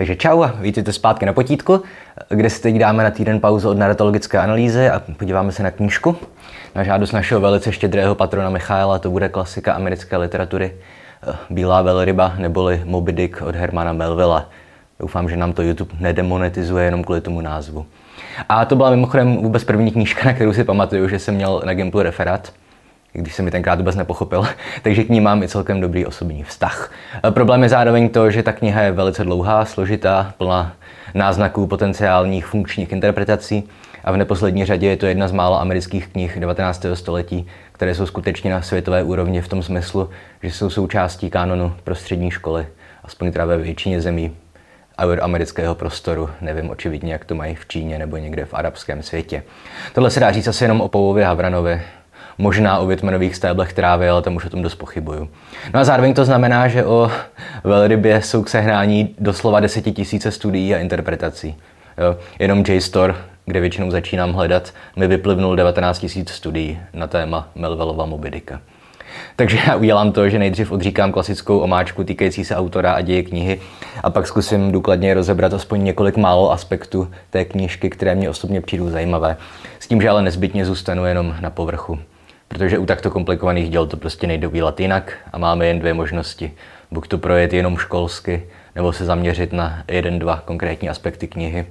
Takže čau a vítejte zpátky na potítku, kde si teď dáme na týden pauzu od narratologické analýzy a podíváme se na knížku. Na žádost našeho velice štědrého patrona Michaela to bude klasika americké literatury Bílá velryba neboli Moby Dick od Hermana Melvilla. Doufám, že nám to YouTube nedemonetizuje jenom kvůli tomu názvu. A to byla mimochodem vůbec první knížka, na kterou si pamatuju, že jsem měl na Gimplu referát, když jsem mi tenkrát vůbec nepochopil, takže k ní mám i celkem dobrý osobní vztah. Problém je zároveň to, že ta kniha je velice dlouhá, složitá, plná náznaků potenciálních funkčních interpretací a v neposlední řadě je to jedna z mála amerických knih 19. století, které jsou skutečně na světové úrovni v tom smyslu, že jsou součástí kánonu pro střední školy, aspoň teda ve většině zemí amerického prostoru. Nevím očividně, jak to mají v Číně nebo někde v arabském světě. Tohle se dá říct asi jenom o Paulovi Havranovi, možná o Whitmanových stéblech trávy, ale tam už o tom dost pochybuju. No a zároveň to znamená, že o velrybě jsou k sehnání doslova 10 000 studií a interpretací. Jo? Jenom JSTOR, kde většinou začínám hledat, mi vyplivnul 19 000 studií na téma Melvillova Moby Dicka. Takže já udělám to, že nejdřív odříkám klasickou omáčku týkající se autora a děje knihy a pak zkusím důkladně rozebrat aspoň několik málo aspektů té knížky, které mě osobně přijdou zajímavé. S tím, že ale nezbytně zůstanu jenom na povrchu. Protože u takto komplikovaných děl to prostě nejde udělat jinak a máme jen dvě možnosti. Buď to projet jenom školsky, nebo se zaměřit na 1-2 konkrétní aspekty knihy.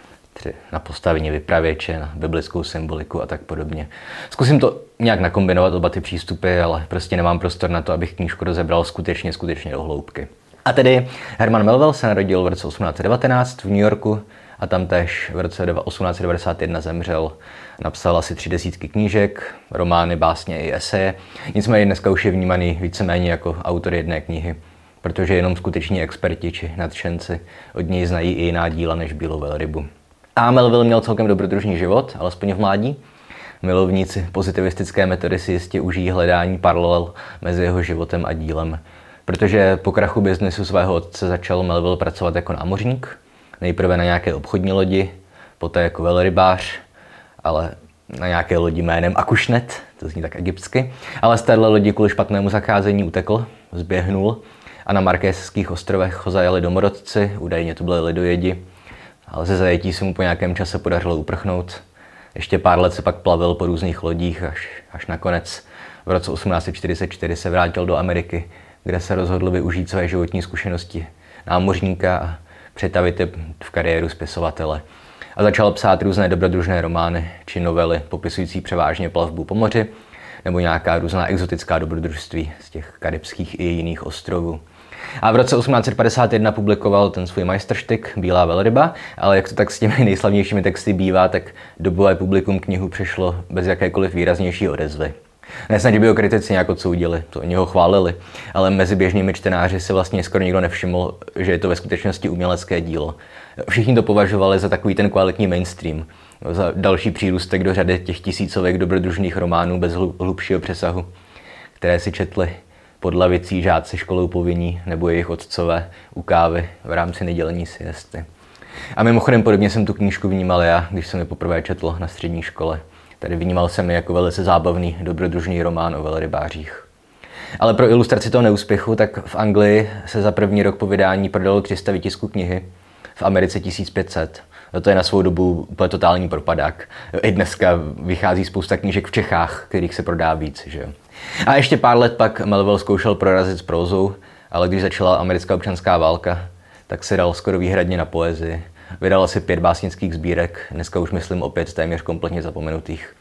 Na postavení vypravěče, na biblickou symboliku a tak podobně. Zkusím to nějak nakombinovat oba ty přístupy, ale prostě nemám prostor na to, abych knížku rozebral skutečně do hloubky. A tedy Herman Melville se narodil v roce 1819 v New Yorku a tam též v roce 1891 zemřel. Napsal asi 30 knížek, romány, básně i eseje. Nicméně dneska už je vnímaný víceméně jako autor jedné knihy, protože jenom skuteční experti či nadšenci od něj znají i jiná díla než Bílou velrybu. A Melville měl celkem dobrodružný život, alespoň v mládí. Milovníci pozitivistické metody si jistě užijí hledání paralel mezi jeho životem a dílem. Protože po krachu biznesu svého otce začal Melville pracovat jako námořník. Nejprve na nějaké obchodní lodi, poté jako velrybář, ale na nějaké lodi jménem Acushnet, to zní tak egyptsky. Ale z téhle lodi kvůli špatnému zacházení utekl, zběhnul a na Markézských ostrovech ho zajali domorodci, údajně to byly lidojedi. Ale ze zajetí se mu po nějakém čase podařilo uprchnout. Ještě pár let se pak plavil po různých lodích, až nakonec v roce 1844 se vrátil do Ameriky, kde se rozhodl využít své životní zkušenosti námořníka a přetavit je v kariéru spisovatele. A začal psát různé dobrodružné romány či novely popisující převážně plavbu po moři nebo nějaká různá exotická dobrodružství z těch karibských i jiných ostrovů. A v roce 1851 publikoval ten svůj majstrštyk Bílá velryba, ale jak to tak s těmi nejslavnějšími texty bývá, tak dobové publikum knihu přešlo bez jakékoliv výraznější odezvy. Nesnad, že by ho kritici nějak odsoudili, to oni ho chválili, ale mezi běžnými čtenáři se vlastně skoro nikdo nevšiml, že je to ve skutečnosti umělecké dílo. Všichni to považovali za takový ten kvalitní mainstream, za další přírůstek do řady těch tisícovek dobrodružných románů bez hlubšího přesahu, které si četli pod lavicí žáci školou povinní nebo jejich otcové u kávy v rámci nedělní siesty. A mimochodem podobně jsem tu knížku vnímal já, když jsem ji poprvé četl na střední škole. Tady vnímal jsem ji jako velice zábavný, dobrodružný román o velrybářích. Ale pro ilustraci toho neúspěchu, tak v Anglii se za první rok po vydání prodalo 300 výtisků knihy, v Americe 1500. To je na svou dobu úplně totální propadák. I dneska vychází spousta knížek v Čechách, kterých se prodá víc, že jo. A ještě pár let pak Melville zkoušel prorazit s prózou, ale když začala americká občanská válka, tak se dal skoro výhradně na poezii. Vydal asi 5 básnických sbírek, dneska už myslím opět téměř kompletně zapomenutých.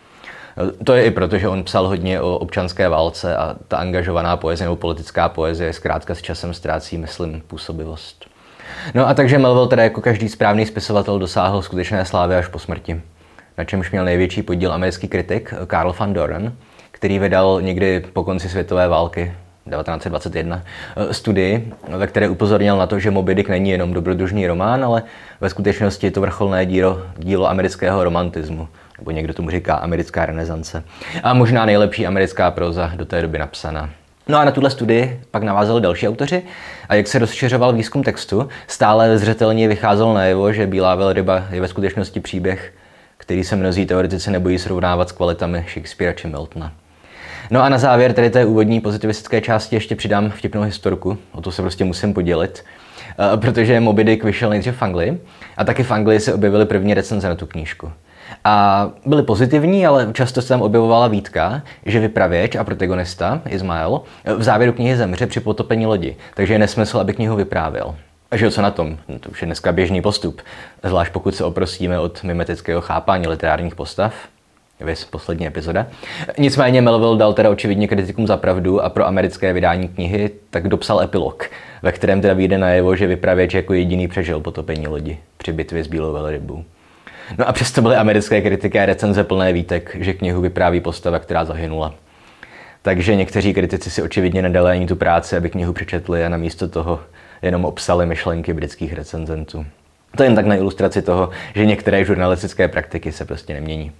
To je i proto, že on psal hodně o občanské válce a ta angažovaná poezie nebo politická poezie zkrátka s časem ztrácí, myslím, působivost. No a takže Melville teda jako každý správný spisovatel dosáhl skutečné slávy až po smrti. Na čemž měl největší podíl americký kritik Karl van Doren, který vydal někdy po konci světové války 1921 studii, ve které upozornil na to, že Moby Dick není jenom dobrodružný román, ale ve skutečnosti je to vrcholné dílo amerického romantismu, nebo někdo tomu říká americká renesance. A možná nejlepší americká próza do té doby napsaná. No a na tuhle studii pak navázali další autoři a jak se rozšiřoval výzkum textu, stále zřetelně vycházelo najevo, že Bílá velryba je ve skutečnosti příběh, který se mnozí teoretici nebojí srovnávat s kvalitami Shakespearea či Miltona. No a na závěr tedy té úvodní pozitivistické části ještě přidám vtipnou historku, o to se prostě musím podělit. protože Moby Dick vyšel nejdřív v Anglii a taky v Anglii se objevily první recenze na tu knížku. A byly pozitivní, ale často se tam objevovala výtka, že vypravěč a protagonista, Ismail, v závěru knihy zemře při potopení lodi, takže je nesmysl, aby knihu vyprávěl. A že co na tom? No to už je dneska běžný postup, zvlášť pokud se oprostíme od mimetického chápání literárních postav. Viz poslední epizoda. Nicméně Melville dal teda očividně kritikům za pravdu a pro americké vydání knihy tak dopsal epilog, ve kterém teda vyjde najevo, že vypravěč jako jediný přežil potopení lodi při bitvě s bílou velrybou. No a přesto byly americké kritiky a recenze plné výtek, že knihu vypráví postava, která zahynula. Takže někteří kritici si očividně nedali ani tu práci, aby knihu přečetli a namísto toho jenom obsali myšlenky britských recenzentů. To jen tak na ilustraci toho, že některé žurnalistické praktiky se prostě nemění.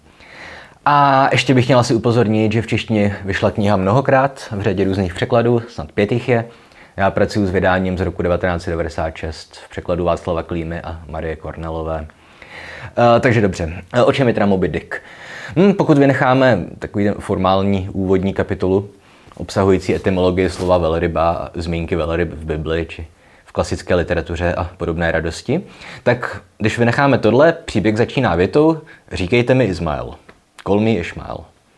A ještě bych měl asi upozornit, že v češtině vyšla kniha mnohokrát v řadě různých překladů, snad 5 jich je. Já pracuji s vydáním z roku 1996 v překladu Václava Klímy a Marie Kornelové. Takže dobře, o čem je teda Moby Dick? Pokud vynecháme takový formální úvodní kapitolu, obsahující etymologii slova velryba a zmínky velryb v Bibli či v klasické literatuře a podobné radosti, tak když vynecháme tohle, příběh začíná větou říkejte mi Ismail. Call me Ishmael.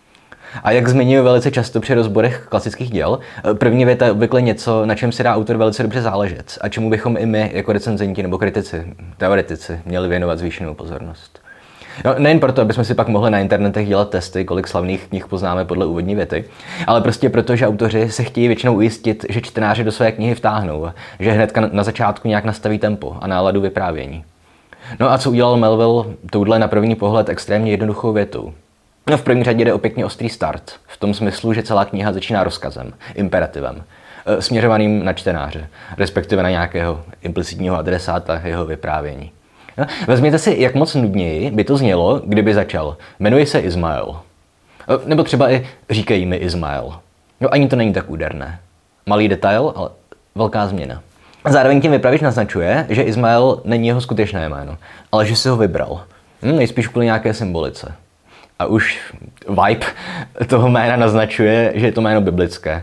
A jak zmiňuji velice často při rozborech klasických děl, první věta je obvykle něco, na čem si dá autor velice dobře záležet a čemu bychom i my, jako recenzenti nebo kritici, teoretici, měli věnovat zvýšenou pozornost. No, nejen proto, aby jsme si pak mohli na internetech dělat testy, kolik slavných knih poznáme podle úvodní věty, ale prostě proto, že autoři se chtějí většinou ujistit, že čtenáři do své knihy vtáhnou, že hnedka na začátku nějak nastaví tempo a náladu vyprávění. No a co udělal Melville touhle na první pohled extrémně jednoduchou větou? No v první řadě jde o pěkně ostrý start, v tom smyslu, že celá kniha začíná rozkazem, imperativem, směřovaným na čtenáře, respektive na nějakého implicitního adresáta jeho vyprávění. No, vezměte si, jak moc nudněji by to znělo, kdyby začal jmenuji se Ismail. Nebo třeba i říkej mi Ismail. No ani to není tak úderné. Malý detail, ale velká změna. Zároveň tím vypravěč naznačuje, že Ismail není jeho skutečné jméno, ale že si ho vybral. Nejspíš kvůli nějaké symbolice. A už vibe toho jména naznačuje, že je to jméno biblické.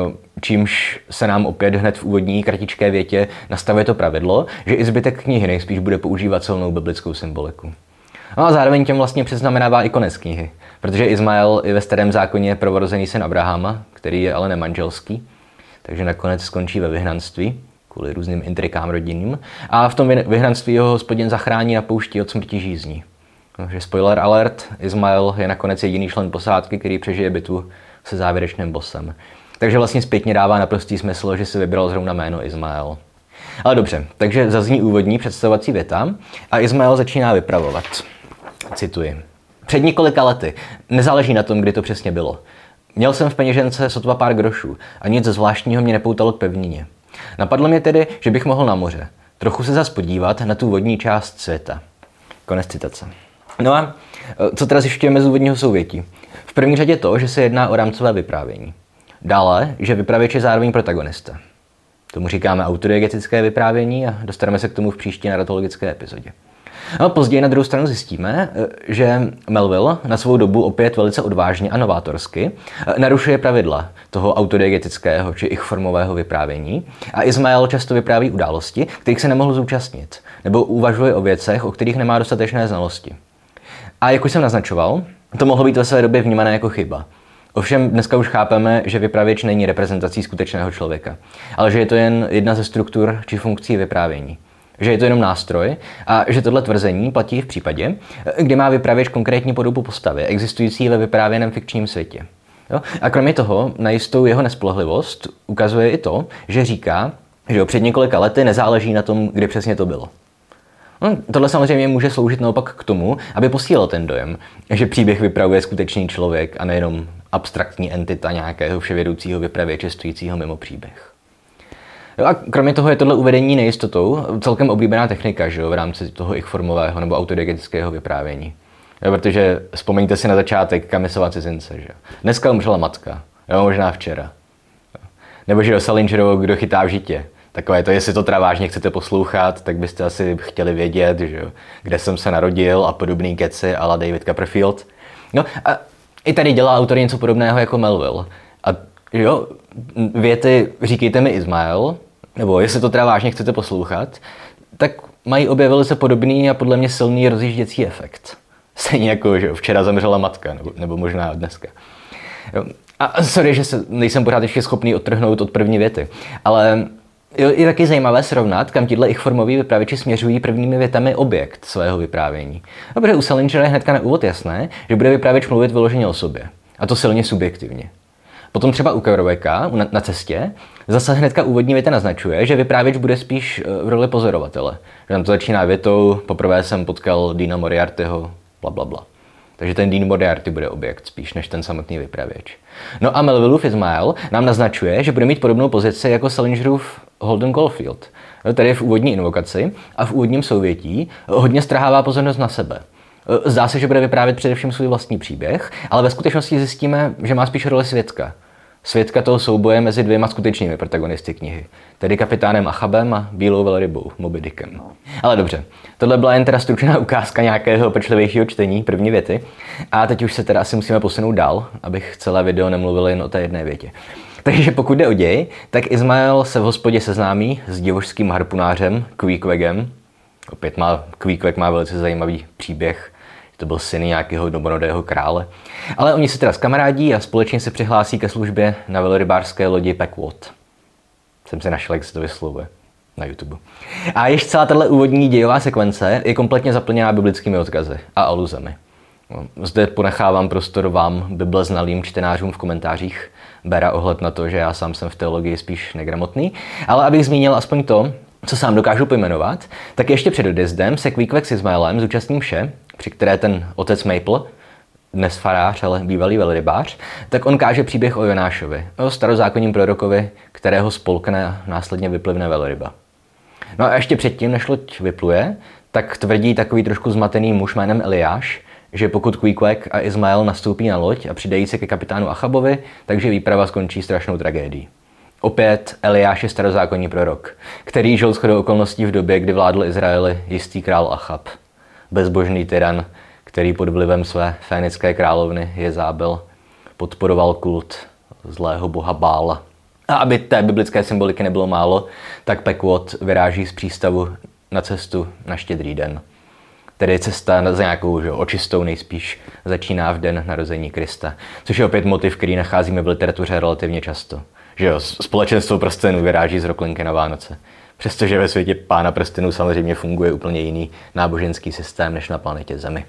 Čímž se nám opět hned v úvodní kratičké větě nastavuje to pravidlo, že i zbytek knihy nejspíš bude používat silnou biblickou symboliku. No a zároveň tím vlastně předznamenává i konec knihy, protože Ismail je ve Starém zákoně prvorozený syn Abrahama, který je ale nemanželský, takže nakonec skončí ve vyhnanství kvůli různým intrikám rodinným a v tom vyhnanství ho Hospodin zachrání na poušti od smrti žízní. Takže spoiler alert, Ismail je nakonec jediný člen posádky, který přežije bitvu se závěrečným bossem. Takže vlastně zpětně dává naprostý smysl, že si vybral zrovna jméno Ismail. Ale dobře, takže zazní úvodní představovací věta a Ismail začíná vypravovat. Cituji. Před několika lety, nezáleží na tom, kdy to přesně bylo. Měl jsem v peněžence sotva pár grošů a nic zvláštního mě nepoutalo k pevnině. Napadlo mě tedy, že bych mohl na moře. Trochu se zas podívat na tu vodní část světa. Konec citace. No a co teda zjišťujeme z úvodního souvětí? V první řadě to, že se jedná o rámcové vyprávění. Dále, že vypravěč je zároveň protagonista. Tomu říkáme autodiegetické vyprávění a dostaneme se k tomu v příští narratologické epizodě. No, později na druhou stranu zjistíme, že Melville na svou dobu opět velice odvážně a novátorsky narušuje pravidla toho autodiegetického či ich formového vyprávění a Ismail často vypráví události, kterých se nemohl zúčastnit, nebo uvažuje o věcech, o kterých nemá dostatečné znalosti. A jak už jsem naznačoval, to mohlo být ve své době vnímané jako chyba. Ovšem dneska už chápeme, že vypravěč není reprezentací skutečného člověka, ale že je to jen jedna ze struktur či funkcí vyprávění. Že je to jenom nástroj a že tohle tvrzení platí v případě, kdy má vypravěč konkrétní podobu postavy, existující ve vyprávěném fikčním světě. Jo? A kromě toho, na jistou jeho nespolehlivost ukazuje i to, že říká, že před několika lety nezáleží na tom, kdy přesně to bylo. No, tohle samozřejmě může sloužit naopak k tomu, aby posílal ten dojem, že příběh vypravuje skutečný člověk a nejenom abstraktní entita nějakého vševědoucího vypravěče stojícího mimo příběh. Jo, a kromě toho je tohle uvedení nejistotou celkem oblíbená technika, že jo, v rámci toho ich formového nebo autodiegetického vyprávění. Jo, protože vzpomeňte si na začátek Kamisova cizince, že jo. Dneska umřela matka, jo, možná včera. Jo. Nebo že do Salingerovo, kdo chytá v žitě. Takové to, jestli to teda vážně chcete poslouchat, tak byste asi chtěli vědět, že jo, kde jsem se narodil a podobný keci a la David Copperfield. No a i tady dělá autor něco podobného jako Melville. A jo, věty říkejte mi Ismail, nebo jestli to teda vážně chcete poslouchat, tak mají obě velice podobný a podle mě silný rozjížděcí efekt. Stejně jako, že včera zemřela matka, nebo možná dneska. Jo. A sorry, že nejsem pořád ještě schopný odtrhnout od první věty, ale je taky zajímavé srovnat, kam tihle ich formoví vypravěči směřují prvními větami objekt svého vyprávění. Protože u Salingera je hnedka na úvod jasné, že bude vypravěč mluvit vyloženě o sobě. A to silně subjektivně. Potom třeba u Kerouaka na cestě zase hnedka úvodní věta naznačuje, že vyprávěč bude spíš v roli pozorovatele. Že tam to začíná větou, poprvé jsem potkal Deana Moriartyho, blablabla. Takže ten Dean Moriarty bude objekt spíš než ten samotný vypravěč. No a Melvilleův Ismail nám naznačuje, že bude mít podobnou pozici jako Salingerův Holden Caulfield. Tady je v úvodní invokaci a v úvodním souvětí hodně strhává pozornost na sebe. Zdá se, že bude vyprávět především svůj vlastní příběh, ale ve skutečnosti zjistíme, že má spíš roli svědka. Svědka toho souboje mezi dvěma skutečnými protagonisty knihy, tedy kapitánem Achabem a bílou velrybou, Moby Dickem. Ale dobře, tohle byla jen teda stručná ukázka nějakého pečlivějšího čtení první věty a teď už se teda asi musíme posunout dál, abych celé video nemluvil jen o té jedné větě. Takže pokud jde o děj, tak Ismail se v hospodě seznámí s divožským harpunářem Queequegem. Opět Queequeg má velice zajímavý příběh. To byl syn nějakého domorodého krále. Ale oni se teda zkamarádí a společně se přihlásí ke službě na velrybářské lodi Pequod. Jsem si našel, jak se to vyslovuje na YouTube. A již celá tato úvodní dějová sekvence je kompletně zaplněná biblickými odkazy a aluzemi. Zde ponechávám prostor vám, Bible znalým čtenářům v komentářích. Bera ohled na to, že já sám jsem v teologii spíš negramotný. Ale abych zmínil aspoň to, co sám dokážu pojmenovat, tak ještě před odjezdem se Queequeg s Ismailem zúčastní mše, při které ten otec Maple, dnes farář, ale bývalý velrybář, tak on káže příběh o Jonášovi, o starozákonním prorokovi, kterého spolkne a následně vyplivne velryba. No a ještě předtím, než loď vypluje, tak tvrdí takový trošku zmatený muž jménem Eliáš, že pokud Queequeg a Ismail nastoupí na loď a přidají se ke kapitánu Achabovi, takže výprava skončí strašnou tragédií. Opět Eliáš je starozákonní prorok, který žil shodou okolností v době, kdy vládl Izraeli jistý král Achab. Bezbožný tyran, který pod vlivem své fénické královny Jezábel podporoval kult zlého boha Bála. A aby té biblické symboliky nebylo málo, tak Pequod vyráží z přístavu na cestu na Štědrý den. Tedy cesta za nějakou očistou nejspíš začíná v den narození Krista, což je opět motiv, který nacházíme v literatuře relativně často. Že jo, společenstvo prstenů vyráží z Roklinky na Vánoce. Přestože ve světě Pána prstenů samozřejmě funguje úplně jiný náboženský systém než na planetě Zemi.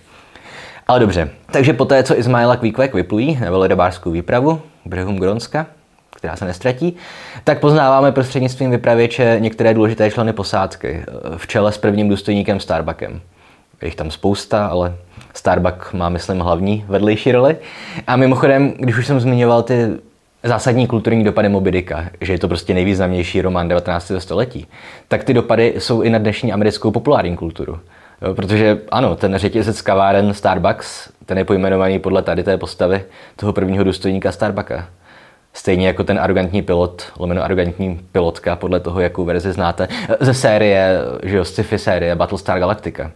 Ale dobře, takže poté, co Ismail a Queequeg vyplují na velrybářskou výpravu k břehům Grónska, která se nestratí, tak poznáváme prostřednictvím vypravěče některé důležité členy posádky, v čele s prvním důstojníkem Starbuckem. Je jich tam spousta, ale Starbuck má, myslím, hlavní vedlejší roli. A mimochodem, když už jsem zmiňoval ty zásadní kulturní dopady Moby Dicka, že je to prostě nejvýznamnější román 19. století, tak ty dopady jsou i na dnešní americkou populární kulturu. Jo, protože ano, ten řetězec kaváren Starbucks, ten je pojmenovaný podle tady té postavy toho prvního důstojníka Starbucka. Stejně jako ten arrogantní pilot, lomeno arrogantní pilotka, podle toho, jakou verzi znáte, ze série, že jo, sci-fi série Battlestar Galactica.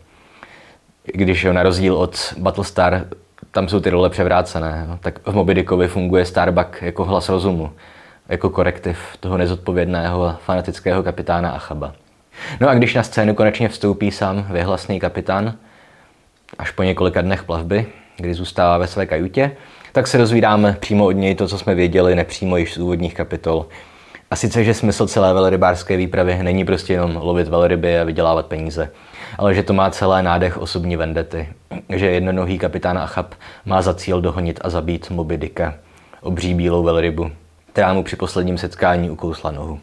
Když jo, na rozdíl od Battlestar, tam jsou ty role převrácené, no, tak v Moby Dickovi funguje Starbuck jako hlas rozumu, jako korektiv toho nezodpovědného a fanatického kapitána Achaba. No a když na scénu konečně vstoupí sám věhlasný kapitán, až po několika dnech plavby, kdy zůstává ve své kajutě, tak se dozvídáme přímo od něj to, co jsme věděli nepřímo již z úvodních kapitol. A sice, že smysl celé velrybářské výpravy není prostě jenom lovit velryby a vydělávat peníze, ale že to má celé nádech osobní vendety, že jednonohý kapitán Achab má za cíl dohonit a zabít Moby Dicka, obří bílou velrybu, která mu při posledním setkání ukousla nohu.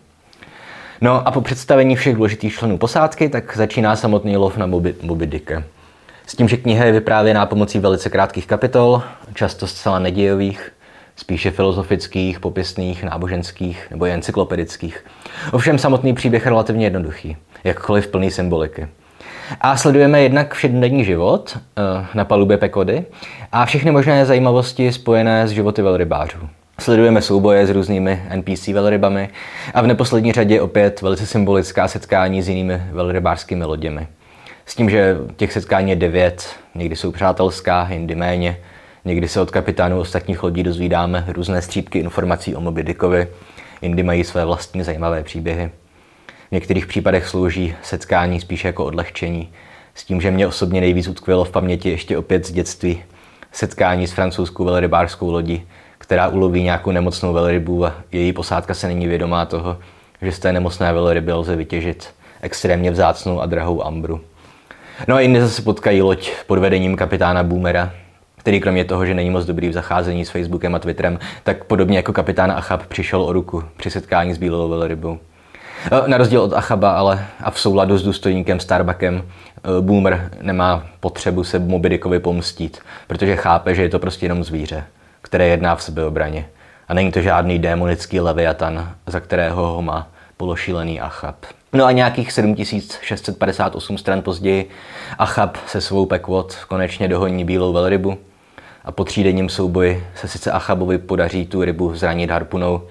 No a po představení všech důležitých členů posádky, tak začíná samotný lov na Moby Dicka. S tím, že kniha je vyprávěná pomocí velice krátkých kapitol, často zcela nedějových, spíše filozofických, popisných, náboženských nebo i encyklopedických. Ovšem samotný příběh je relativně jednoduchý, jakkoliv plný symboliky. A sledujeme jednak všednodenní život na palubě Pequody a všechny možné zajímavosti spojené s životy velrybářů. Sledujeme souboje s různými NPC velrybami a v neposlední řadě opět velice symbolická setkání s jinými velrybářskými loděmi. S tím, že těch setkání je 9, někdy jsou přátelská, jindy méně, někdy se od kapitánů ostatních lodí dozvídáme různé střípky informací o Moby Dickovi, jindy mají své vlastní zajímavé příběhy. V některých případech slouží setkání spíše jako odlehčení. S tím, že mě osobně nejvíc utkvělo v paměti ještě opět z dětství setkání s francouzskou velrybářskou lodí, která uloví nějakou nemocnou velrybu a její posádka se není vědomá toho, že z té nemocné velryby lze vytěžit extrémně vzácnou a drahou ambru. No a jindy zase potkají loď pod vedením kapitána Boomera, který kromě toho, že není moc dobrý v zacházení s Facebookem a Twitterem, tak podobně jako kapitán Achab přišel o ruku při setkání s bílou velrybou. Na rozdíl od Achaba ale a v souladu s důstojníkem Starbuckem, Boomer nemá potřebu se Moby Dickovi pomstít, protože chápe, že je to prostě jenom zvíře, které jedná v sebeobraně. A není to žádný démonický leviatan, za kterého ho má pološílený Achab. No a nějakých 7658 stran později Achab se svou Packwatt konečně dohoní bílou velrybu a po třídenním souboji se sice Achabovi podaří tu rybu zranit harpunou,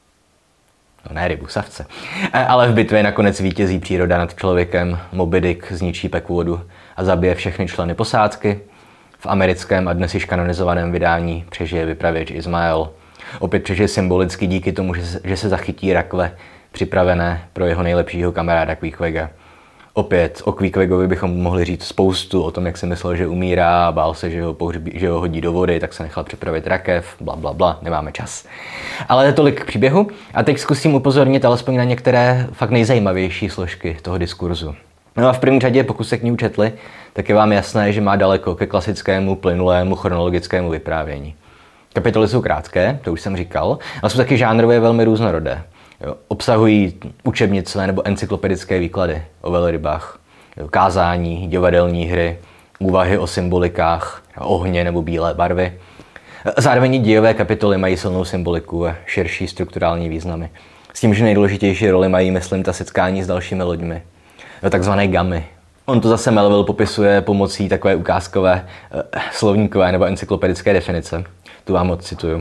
no ne rybu, savce, ale v bitvě nakonec vítězí příroda nad člověkem, Moby Dick zničí Packwattu a zabije všechny členy posádky. V americkém a dnes již kanonizovaném vydání přežije vypravěč Ismael. Opět přežije symbolicky díky tomu, že se zachytí rakve připravené pro jeho nejlepšího kamaráda Queequega. Opět o Queequegovi bychom mohli říct spoustu o tom, jak si myslel, že umírá a bál se, že ho hodí do vody, tak se nechal připravit rakev, bla, bla, bla, nemáme čas. Ale tolik k příběhu a teď zkusím upozornit alespoň na některé fakt nejzajímavější složky toho diskurzu. No a v první řadě, pokud se knihu četli, tak je vám jasné, že má daleko ke klasickému, plynulému, chronologickému vyprávění. Kapitoly jsou krátké, to už jsem říkal, ale jsou taky žánrově velmi různorodé. Obsahují učebnice nebo encyklopedické výklady o velrybách, kázání, divadelní hry, úvahy o symbolikách, ohně nebo bílé barvy. Zároveň dějové kapitoly mají silnou symboliku a širší strukturální významy. S tím, že nejdůležitější roli mají, myslím, ta setkání s dalšími loďmi, takzvané gamy. On to zase Melville popisuje pomocí takové ukázkové slovníkové nebo encyklopedické definice. Tu vám odcituju.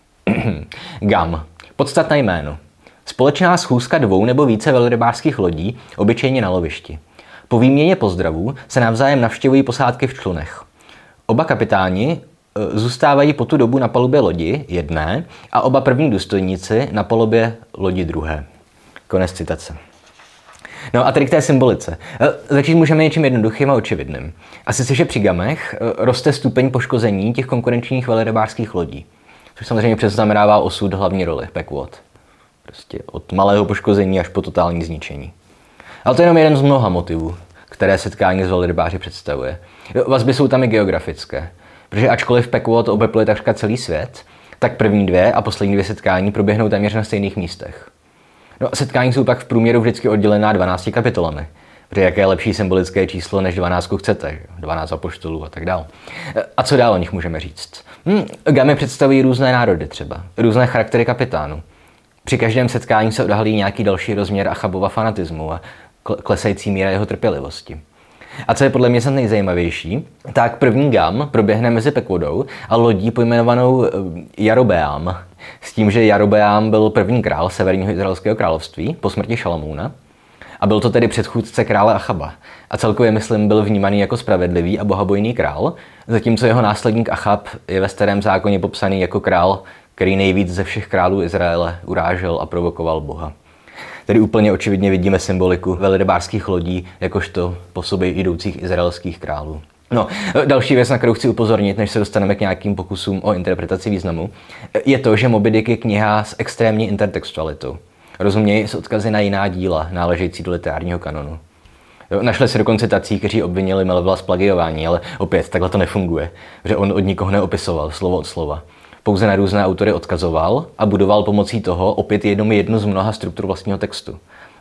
Gam. Podstatné jméno. Společná schůzka dvou nebo více velrybářských lodí, obyčejně na lovišti. Po výměně pozdravů se navzájem navštěvují posádky v člunech. Oba kapitáni zůstávají po tu dobu na palubě lodi jedné a oba první důstojníci na palubě lodi druhé. Konec citace. No a tady k té symbolice. Začít můžeme něčím jednoduchým a očividným. A sice, že při gamech roste stupeň poškození těch konkurenčních velrybářských lodí. Což samozřejmě předznamenává osud hlavní roli Packwatt. Prostě od malého poškození až po totální zničení. Ale to je jenom jeden z mnoha motivů, které setkání s velrybáři představuje. Vazby jsou tam i geografické, protože ačkoliv Packwatt obepluje takřka celý svět, tak první dvě a poslední dvě setkání proběhnou téměř na stejných místech. No, setkání jsou pak v průměru vždycky oddělená 12 kapitolami, protože jaké je lepší symbolické číslo než 12 chcete, 12 apoštolů a tak dál. A co dál o nich můžeme říct? Gamy představují různé národy třeba, různé charaktery kapitánů. Při každém setkání se odhalí nějaký další rozměr Achabova fanatismu a klesající míra jeho trpělivosti. A co je podle mě snad nejzajímavější, tak první gam proběhne mezi Packwattou a lodí pojmenovanou Jarobeam, s tím, že Jarobeam byl první král severního izraelského království po smrti Šalamouna a byl to tedy předchůdce krále Achaba. A celkově, myslím, byl vnímaný jako spravedlivý a bohabojný král, zatímco jeho následník Achab je ve Starém zákoně popsaný jako král, který nejvíc ze všech králů Izraele urážel a provokoval Boha. Tedy úplně očividně vidíme symboliku velrybářských lodí jakožto po sobě jdoucích izraelských králů. No, další věc, na kterou chci upozornit, než se dostaneme k nějakým pokusům o interpretaci významu, je to, že Moby Dick je kniha s extrémní intertextualitou. Rozuměj s odkazy na jiná díla, náležející do literárního kanonu. Našli se dokonce tací, kteří obvinili Melvilla z plagiování, ale opět, takhle to nefunguje, že on od nikoho neopisoval slovo od slova. Pouze na různé autory odkazoval a budoval pomocí toho opět jednu z mnoha struktur vlastního textu.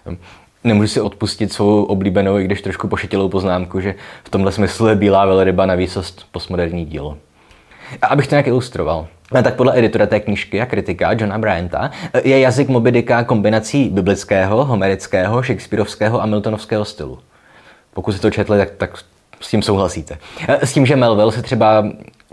Nemůžu si odpustit svou oblíbenou, i když trošku pošetilou poznámku, že v tomhle smyslu je Bílá velryba na výsost postmoderní dílo. A abych to nějak ilustroval, tak podle editora té knížky a kritika Johna Bryanta je jazyk Moby Dicka kombinací biblického, homerického, shakespearovského a miltonovského stylu. Pokud jste to četli, tak s tím souhlasíte. S tím, že Melville se třeba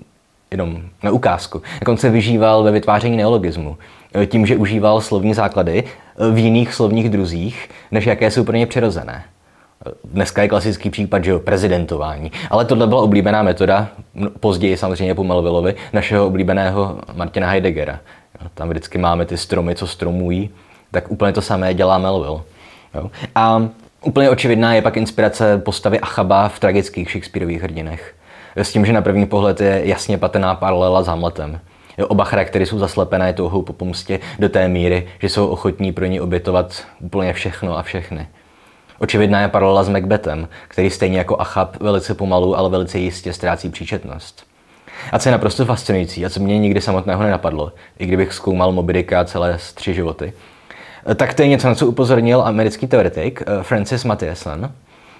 jenom na ukázku. Dokonce vyžíval ve vytváření neologismu. Tím, že užíval slovní základy v jiných slovních druzích, než jaké jsou pro ně přirozené. Dneska je klasický případ, že jo, prezidentování. Ale tohle byla oblíbená metoda, později samozřejmě po Melvillovi, našeho oblíbeného Martina Heideggera. Tam vždycky máme ty stromy, co stromují, tak úplně to samé dělá Melville. Jo? A úplně očividná je pak inspirace postavy Achaba v tragických Shakespearových hrdinech. S tím, že na první pohled je jasně patrná paralela s Hamletem. Oba charaktery jsou zaslepené touhou po pomstě do té míry, že jsou ochotní pro ní obětovat úplně všechno a všechny. Očividná je paralela s Macbethem, který stejně jako Achab velice pomalu, ale velice jistě ztrácí příčetnost. A co je naprosto fascinující a co mě nikdy samotného nenapadlo, i kdybych zkoumal Moby Dicka celé 3 životy, tak to je něco, na co upozornil americký teoretik Francis Mathiesen.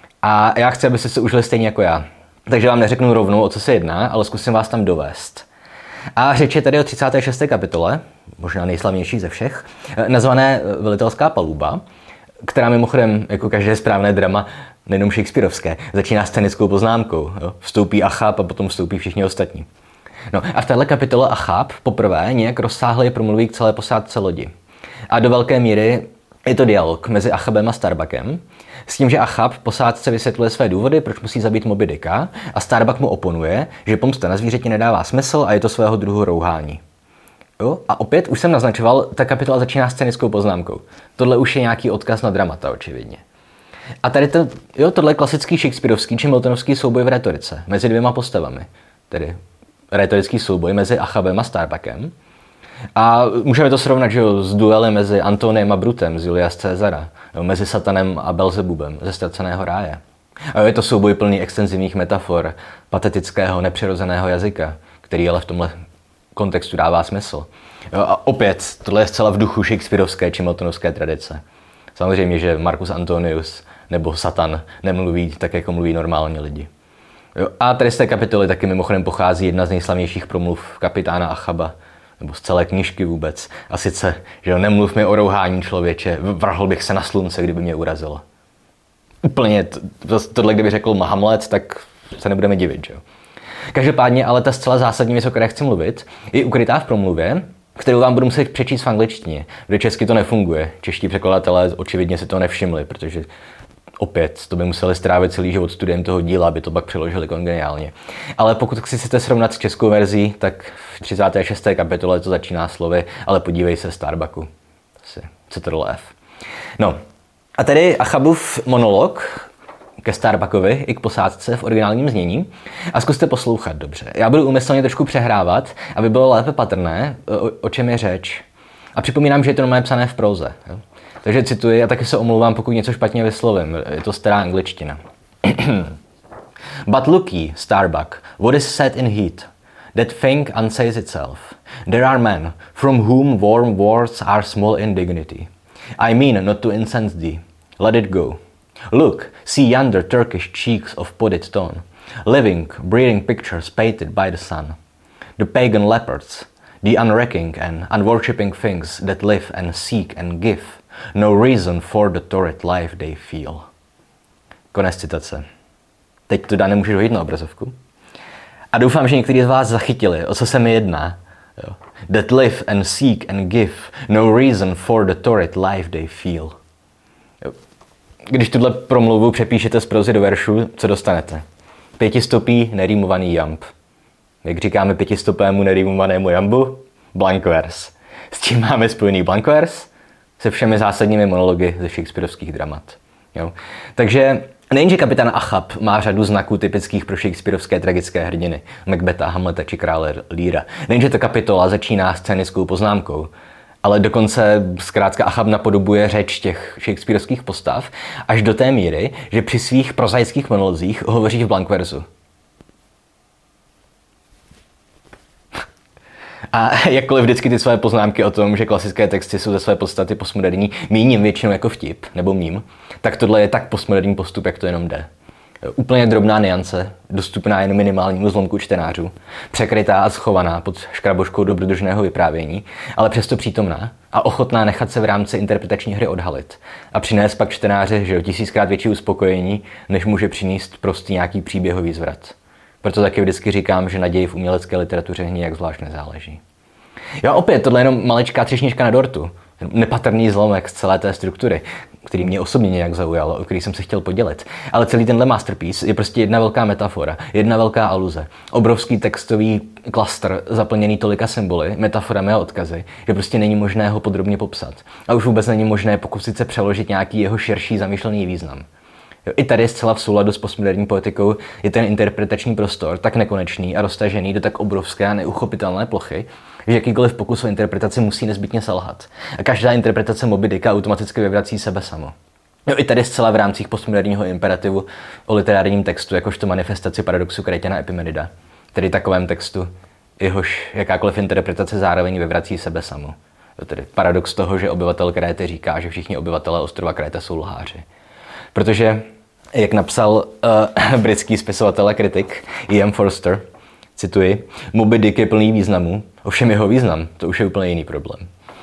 A já chci, abyste se užili stejně jako já. Takže vám neřeknu rovnou, o co se jedná, ale zkusím vás tam dovést. A řeč je tady o 36. kapitole, možná nejslavnější ze všech, nazvané Velitelská paluba, která mimochodem, jako každé správné drama, nejenom shakespearovské, začíná scénickou poznámkou. Jo? Vstoupí Achab a potom vstoupí všichni ostatní. No a v téhle kapitole Achab poprvé nějak rozsáhleji promluví k celé posádce lodi. A do velké míry je to dialog mezi Achabem a Starbuckem, s tím, že Achab posádce vysvětluje své důvody, proč musí zabít Moby Dicka, a Starbuck mu oponuje, že pomsta na zvířeti nedává smysl a je to svého druhu rouhání. Jo? A opět, už jsem naznačoval, ta kapitola začíná scénickou poznámkou. Tohle už je nějaký odkaz na dramata, očividně. A tady tohle je klasický shakespearovský či miltonovský souboj v rétorice mezi dvěma postavami. Tedy rétorický souboj mezi Achabem a Starbuckem. A můžeme to srovnat, že jo, s duely mezi Antoniem a Brutem z Julia Caesara, jo, mezi Satanem a Belzebubem ze Ztraceného ráje. A je to souboj plný extenzivních metafor, patetického, nepřirozeného jazyka, který ale v tomhle kontextu dává smysl. Jo, a opět, tohle je zcela v duchu shakespearovské či miltonovské tradice. Samozřejmě, že Marcus Antonius nebo Satan nemluví tak, jako mluví normální lidi. Jo, a tady z té kapitoly taky mimochodem pochází jedna z nejslavnějších promluv kapitána Achaba, nebo z celé knížky vůbec. A sice, že nemluv mi o rouhání, člověče, vrhl bych se na slunce, kdyby mě urazilo. Úplně, tohle kdyby řekl Hamlet, tak se nebudeme divit, že jo. Každopádně, ale ta zcela zásadní věc, o které chci mluvit, je ukrytá v promluvě, kterou vám budu muset přečíst v angličtině, protože česky to nefunguje. Čeští překladatelé očividně si to nevšimli, protože opět, to by museli strávit celý život studiem toho díla, aby to pak přeložili kongeniálně. Ale pokud si chcete srovnat s českou verzí, tak v 36. kapitole to začíná slovy, ale podívej se Starbucku. Asi Ctrl+F. No, a tedy Achabův monolog ke Starbuckovi i k posádce v originálním znění a zkuste poslouchat dobře. Já budu úmyslně trošku přehrávat, aby bylo lépe patrné, o čem je řeč. A připomínám, že je to normálně psané v próze. Jo? Takže cituji a taky se omlouvám, pokud něco špatně vyslovím. Je to stará angličtina. But look ye, Starbuck, what is said in heat? That thing unsays itself. There are men from whom warm words are small indignity. I mean not to incense thee. Let it go. Look, see yonder Turkish cheeks of podded tone, living, breathing pictures painted by the sun. The pagan leopards, the unrecking and unworshipping things that live and seek and give, no reason for the torrid life they feel. Konec citace. Teď to nemůžu dojít na obrazovku. A doufám, že někteří z vás zachytili, o co se mi jedná. Jo. That live and seek and give, no reason for the torrid life they feel. Jo. Když tuhle promluvu přepíšete z prozy do veršu, co dostanete? 5stopý nerýmovaný jamb. Jak říkáme 5stopému nerýmovanému jambu? Blankvers. S čím máme spojený blankvers? Se všemi zásadními monology ze shakespearovských dramat. Jo? Takže nejenže kapitán Achab má řadu znaků typických pro shakespearovské tragické hrdiny, Macbetha, Hamleta či krále Leara. Nejenže ta kapitola začíná scénickou poznámkou, ale dokonce zkrátka Achab napodobuje řeč těch shakespearovských postav až do té míry, že při svých prozaických monolozích hovoří v blankverzu. A jakkoliv vždycky ty své poznámky o tom, že klasické texty jsou ze své podstaty postmoderní, míním většinou jako vtip nebo mím, tak tohle je tak postmoderní postup, jak to jenom jde. Úplně drobná nuance, dostupná jen minimálnímu zlomku čtenářů, překrytá a schovaná pod škraboškou dobrodružného vyprávění, ale přesto přítomná a ochotná nechat se v rámci interpretační hry odhalit a přinést pak čtenáři, že 1000krát větší uspokojení, než může přinést prostý nějaký příběhový zvrat. Proto taky vždycky říkám, že naději v umělecké literatuře nijak zvlášť nezáleží. Jo, opět, tohle je jenom maličká třešnička na dortu. nepatrný zlomek z celé té struktury, který mě osobně nějak zaujal, o který jsem se chtěl podělit. Ale celý tenhle masterpiece je prostě jedna velká metafora, jedna velká aluze. Obrovský textový klastr zaplněný tolika symboly, metaforami a odkazy, že prostě není možné ho podrobně popsat. A už vůbec není možné pokusit se přeložit nějaký jeho širší zamýšlený význam. I tady zcela v souladu s postmoderní poetikou je ten interpretační prostor tak nekonečný a roztažený do tak obrovské a neuchopitelné plochy, že jakýkoliv pokus o interpretaci musí nezbytně selhat. A každá interpretace Moby Dicka automaticky vyvrací sebe samo. I tady zcela v rámcích postmoderního imperativu o literárním textu, jakožto manifestaci paradoxu Krétěna Epimenida, tedy takovém textu, jehož jakákoliv interpretace zároveň vyvrací sebe samo. Tedy paradox toho, že obyvatel Kréty říká, že všichni obyvatelé ostrova Kréta jsou lháři. Protože, jak napsal britský spisovatel a kritik Ian Forster, cituji, Moby Dick je plný významů, ovšem jeho význam, to už je úplně jiný problém.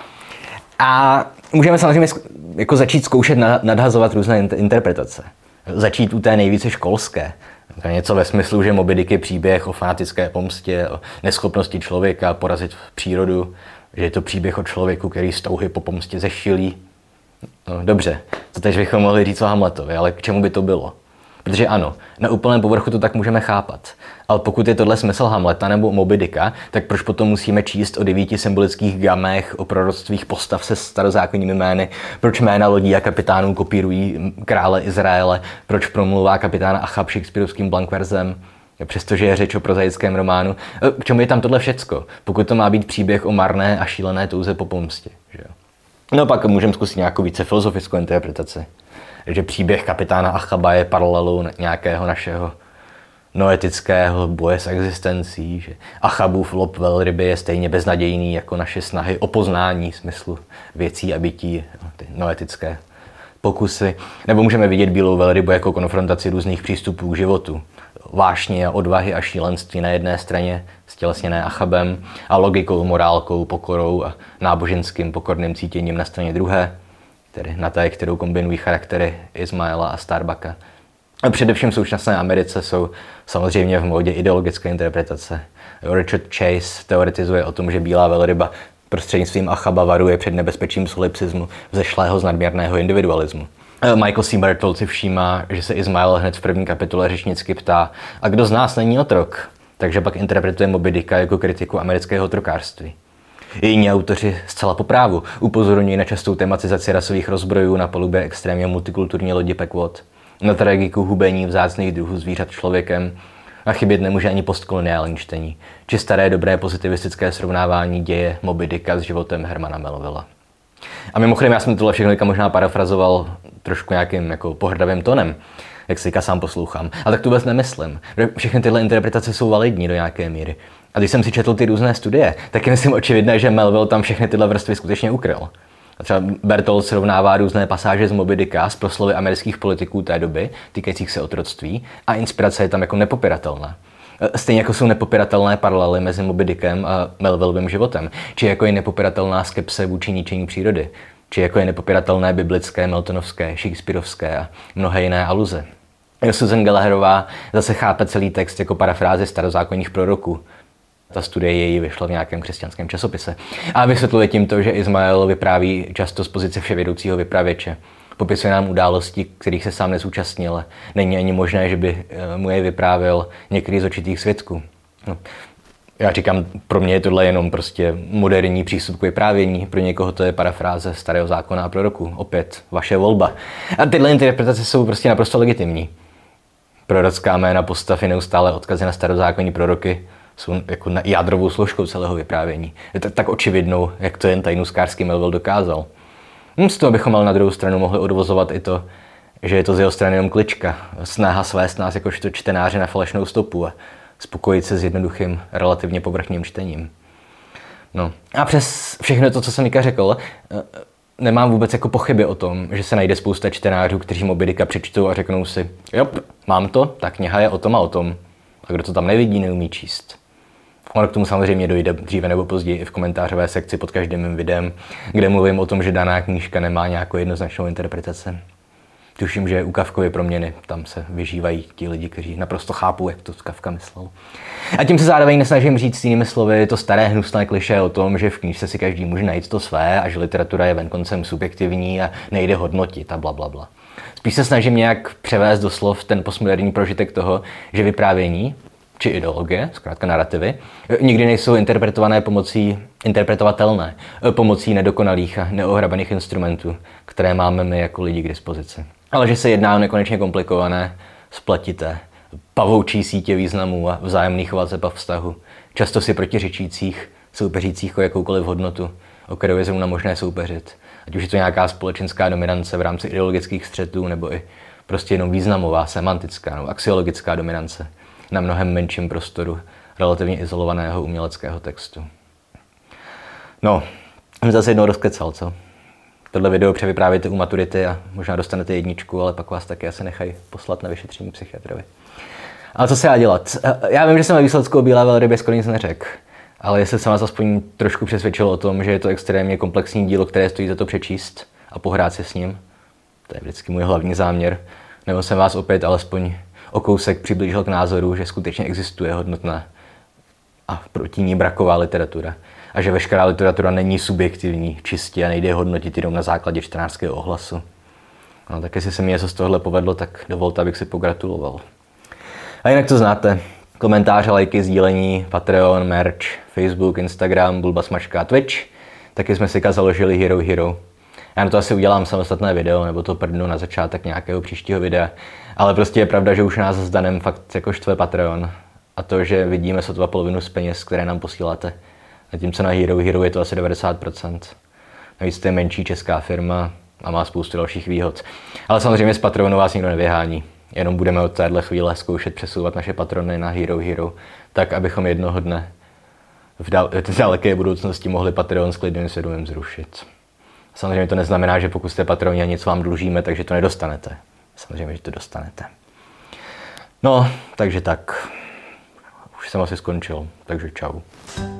A můžeme samozřejmě jako začít zkoušet nadhazovat různé interpretace. Začít u té nejvíce školské. To je něco ve smyslu, že Moby Dick je příběh o fanatické pomstě, o neschopnosti člověka porazit přírodu, že je to příběh o člověku, který z touhy po pomstě zešilí. No, dobře, to teď bychom mohli říct o Hamletovi, ale k čemu by to bylo? Protože ano, na úplném povrchu to tak můžeme chápat. Ale pokud je tohle smysl Hamleta nebo Moby Dicka, tak proč potom musíme číst o 9 symbolických gamech, o proroctvích postav se starozákonními jmény, proč jména lodí a kapitánů kopírují krále Izraele, proč promluvá kapitán Achab shakespearovským blankverzem, přestože je řeč o prozaickém románu. K čemu je tam tohle všecko, pokud to má být příběh o marné a šílené touze po pomstě? Že jo? No pak můžeme zkusit nějakou více filozofickou interpretaci. Že příběh kapitána Achaba je paralelou nějakého našeho noetického boje s existencí, že Achabův lob velryby je stejně beznadějný jako naše snahy o poznání smyslu věcí a bytí, ty noetické pokusy. Nebo můžeme vidět bílou velrybu jako konfrontaci různých přístupů k životu. Vášně a odvahy a šílenství na jedné straně, stělesněné Achabem, a logikou, morálkou, pokorou a náboženským pokorným cítěním na straně druhé, tedy na té, kterou kombinují charaktery Ismaela a Starbucka. A především v současné Americe jsou samozřejmě v módě ideologické interpretace. Richard Chase teoretizuje o tom, že bílá velryba prostřednictvím Achaba varuje před nebezpečím solipsismu vzešlého z nadměrného individualismu. Michael C. Bertold si všímá, že se Ismael hned v první kapitole řečnicky ptá, a kdo z nás není otrok? Takže pak interpretuje Moby Dicka jako kritiku amerického otrokářství. Jiní autoři zcela po právu upozorňují na častou tematizaci rasových rozbrojů na palubě extrémně multikulturní lodi Pequod, na tragiku hubení vzácných druhů zvířat člověkem, a chybět nemůže ani postkoloniální čtení, či staré dobré pozitivistické srovnávání děje Moby Dicka s životem Hermana Melvilla. A mimochodem, já jsem tohle všechno možná parafrazoval trošku nějakým jako pohrdavým tónem, jak si sám poslouchám. A tak to vůbec nemyslím. Všechny tyhle interpretace jsou validní do nějaké míry. A když jsem si četl ty různé studie, tak je myslím očividné, že Melville tam všechny tyhle vrstvy skutečně ukryl. A třeba Bertold srovnává různé pasáže z Moby Dicka s proslovy amerických politiků té doby, týkajících se otroctví, a inspirace je tam jako nepopiratelná. Stejně jako jsou nepopiratelné paralely mezi Moby Dickem a Melvillovým životem, či jako je nepopiratelná skepse vůči ničení přírody, či jako je nepopiratelné biblické, miltonovské, shakespearovské a mnohé jiné aluze. Susan Gallagherová zase chápe celý text jako parafrázi starozákonních proroků. Ta studie její vyšla v nějakém křesťanském časopise. A vysvětluje tím to, že Ismael vypráví často z pozice vševědoucího vypravěče. Popisuje nám události, kterých se sám nezúčastnil. Není ani možné, že by mu je vyprávěl některý z očitých svědků. No. Já říkám, pro mě je tohle jenom prostě moderní přístup k vyprávění, pro někoho to je parafráze starého zákona a proroků. Opět vaše volba. A tyhle interpretace jsou prostě naprosto legitimní. Prorocká jména postav i neustále odkazy na starozákonní proroky jsou jako jádrovou složkou celého vyprávění. Je to tak očividnou, jak to jen tajnůskářský Melville dokázal. Z toho bychom ale na druhou stranu mohli odvozovat i to, že je to z jeho strany jenom klička, snaha svést nás jakožto čtenáře na falešnou stopu a spokojit se s jednoduchým, relativně povrchním čtením. No. A přes všechno to, co jsem Mika řekl, nemám vůbec jako pochyby o tom, že se najde spousta čtenářů, kteří Moby Dicka přečtou a řeknou si, jop, mám to, ta kniha je o tom a o tom. A kdo to tam nevidí, neumí číst. Ono k tomu samozřejmě dojde dříve nebo později i v komentářové sekci pod každým mým videem, kde mluvím o tom, že daná knížka nemá nějakou jednoznačnou interpretaci. Tuším, že u Kafkovy Proměny tam se vyžívají ti lidi, kteří naprosto chápou, jak to Kafka myslel. A tím se zároveň nesnažím říct jinými slovy to staré hnusné klišé o tom, že v knížce si každý může najít to své a že literatura je venkoncem subjektivní a nejde hodnotit a blablabla. Spíš se snažím nějak převést do slov ten postmoderní prožitek toho, že vyprávění či ideologie, zkrátka narrativy, nikdy nejsou interpretovatelné pomocí nedokonalých a neohrabaných instrumentů, které máme my jako lidi k dispozici. Ale že se jedná o nekonečně komplikované, spletité, pavoučí sítě významů a vzájemných vazeb a vztahu, často si protiřečících, soupeřících o jakoukoliv hodnotu, o kterou je zrovna možné soupeřit. Ať už je to nějaká společenská dominance v rámci ideologických střetů, nebo i prostě jenom významová, semantická nebo axiologická dominance na mnohem menším prostoru relativně izolovaného uměleckého textu. No, jsem zase jednou rozkecal, co? Tohle video převyprávějte u maturity a možná dostanete 1, ale pak vás taky asi nechají poslat na vyšetření psychiatrovi. Ale co se dá dělat? Já vím, že jsem ve výsledku o Bílé velrybě skoro nic neřekl, ale jestli jsem vás aspoň trošku přesvědčil o tom, že je to extrémně komplexní dílo, které stojí za to přečíst a pohrát si s ním, to je vždycky můj hlavní záměr, nebo jsem vás opět alespoň o kousek přiblížil k názoru, že skutečně existuje hodnotná a proti ní braková literatura. A že veškerá literatura není subjektivní, čistě a nejde hodnotit jenom na základě čtenářského ohlasu. No, tak jestli se mi něco z tohohle povedlo, tak dovolte, abych si pogratuloval. A jinak to znáte. Komentáře, lajky, sdílení, Patreon, merch, Facebook, Instagram, Bulba Smačka, Twitch. Taky jsme si založili Hero Hero. Já na to asi udělám samostatné video, nebo to prdnu na začátek nějakého příštího videa. Ale prostě je pravda, že už nás s Danem fakt jako štve Patreon. A to, že vidíme sotva polovinu z peněz, které nám posíláte. Zatímco na Hero Hero je to asi 90%. Navíc to je menší česká firma a má spoustu dalších výhod. Ale samozřejmě z Patronu vás nikdo nevyhání. Jenom budeme od téhle chvíle zkoušet přesouvat naše patrony na Hero Hero, tak abychom jednoho dne v daleké budoucnosti mohli Patreon s klidným svědomím zrušit. Samozřejmě to neznamená, že pokud jste patroni a něco vám dlužíme, takže to nedostanete. Samozřejmě, že to dostanete. No, takže tak. Už jsem asi skončil, takže čau.